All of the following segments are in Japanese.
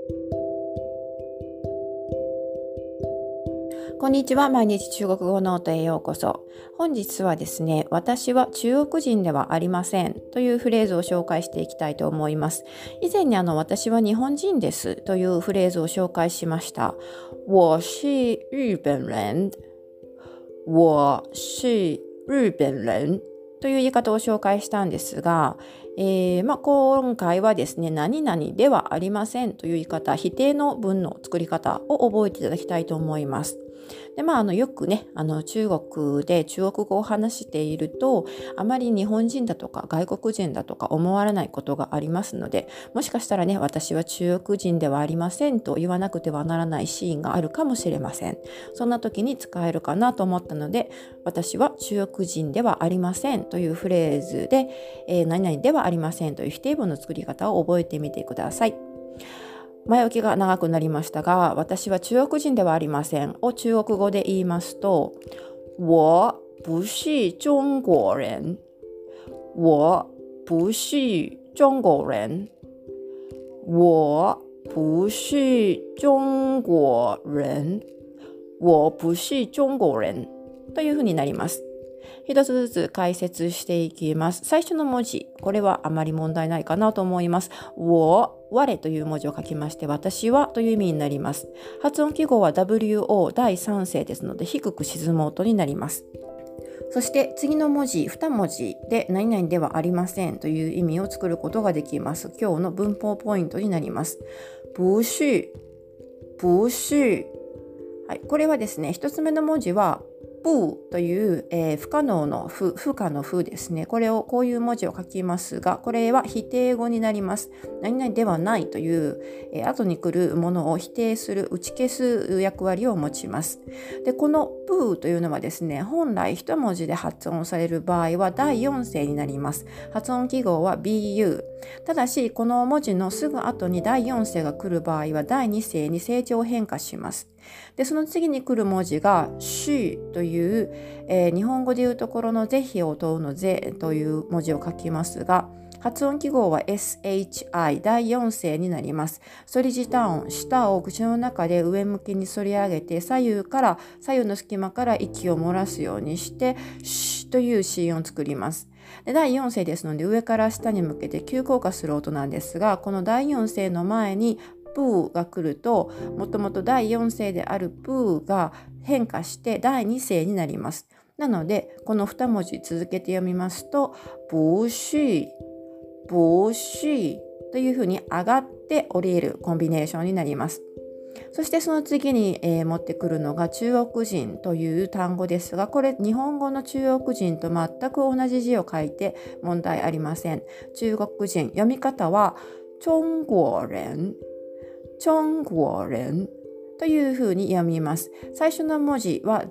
こんにちは。毎日中国語ノートへようこそ。本日はですね、私は中国人ではありませんというフレーズを紹介していきたいと思います。以前に私は日本人ですというフレーズを紹介しました。我是日本人。我是日本人という言い方を紹介したんですが、今回はですね、何々ではありませんという言い方、否定の文の作り方を覚えていただきたいと思います。でよくね中国で中国語を話しているとあまり日本人だとか外国人だとか思われないことがありますので、もしかしたらね私は中国人ではありませんと言わなくてはならないシーンがあるかもしれません。そんな時に使えるかなと思ったので、私は中国人ではありませんというフレーズで、何々ではありませんという否定文の作り方を覚えてみてください。前置きが長くなりましたが、私は中国人ではありませんを中国語で言いますと、我不是中国人。我不是中国人。我不是中国人。我不是中国人というふうになります。一つずつ解説していきます。最初の文字、これはあまり問題ないかなと思います。我という文字を書きまして、私はという意味になります。発音記号は WO 第3声ですので、低く沈む音になります。そして次の文字、2文字で何々ではありませんという意味を作ることができます。今日の文法ポイントになります。不是、不是。はい、これはですね、1つ目の文字は不という、不可能の不可の不ですね。こういう文字を書きますが、これは否定語になります。何々ではないという、後に来るものを否定する、打ち消す役割を持ちます。で、この不というのはですね、本来一文字で発音される場合は第4声になります。発音記号は BU。ただし、この文字のすぐ後に第4声が来る場合は第2声に声調変化します。で、その次に来る文字がしという、日本語でいうところの是非を問うの是という文字を書きますが、発音記号は SHI 第4声になります。反り舌音、舌を口の中で上向きに反り上げて左右の隙間から息を漏らすようにしてシという子音を作ります。で、第4声ですので上から下に向けて急降下する音なんですが、この第4声の前にプーが来ると、もともと第4声であるプーが変化して第2声になります。なので、この2文字続けて読みますと、不是、不是というふうに上がって降りるコンビネーションになります。そしてその次に、持ってくるのが中国人という単語ですが、これ日本語の中国人と全く同じ字を書いて問題ありません。中国人、読み方は中国人。中国人というふうに読みます。最初の文字は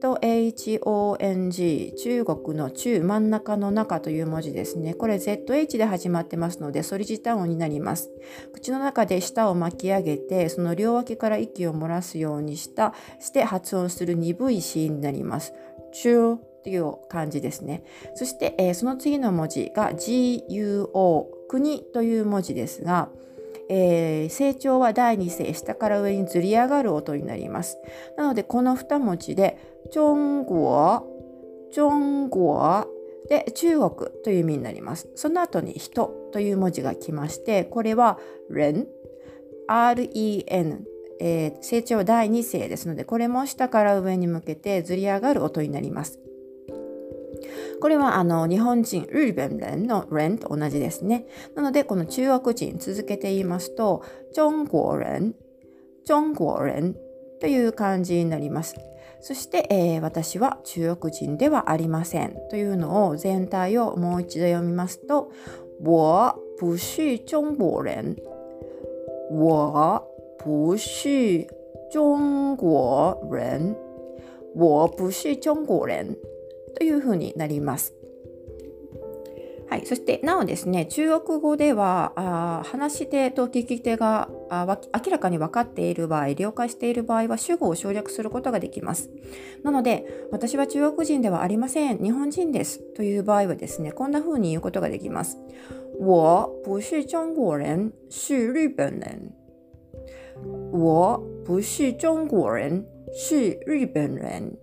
ZHONG、 中国の中、真ん中の中という文字ですね。これ ZH で始まってますので反り舌音になります。口の中で舌を巻き上げて、その両脇から息を漏らすようにして発音する鈍い子音になります。中という感じですね。そして、その次の文字が GUO、 国という文字ですが、声調は第2声、下から上にずり上がる音になります。なのでこの2文字で中国、中国で中国という意味になります。その後に人という文字が来まして、これは人、REN、声調は第2声ですので、これも下から上に向けてずり上がる音になります。これは日本人、日本人の人と同じですね。なのでこの中国人続けて言いますと、中国人、中国人という感じになります。そして、私は中国人ではありませんというのを全体をもう一度読みますと、我不是中国人。我不是中国人。我不是中国人というふうになります。はい、そしてなおですね、中国語では話し手と聞き手が明らかに分かっている場合、了解している場合は主語を省略することができます。なので、私は中国人ではありません、日本人ですという場合はですね、こんな風に言うことができます。我不是中国人，是日本人。 我不是中国人，是日本人。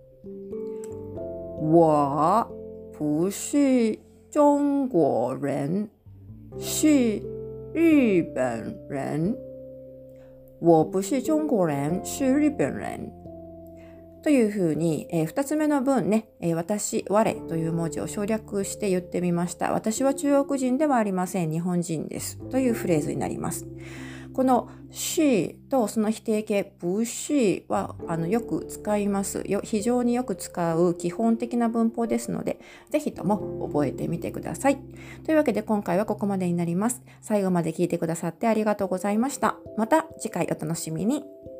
我不是中国人，是日本人。我不是中国人，是日本人。というふうに、2つ目の文ね、私、我という文字を省略して言ってみました。私は中国人ではありません。日本人です。というフレーズになります。この是とその否定形不是はよく使いますよ。非常によく使う基本的な文法ですので、ぜひとも覚えてみてください。というわけで今回はここまでになります。最後まで聞いてくださってありがとうございました。また次回お楽しみに。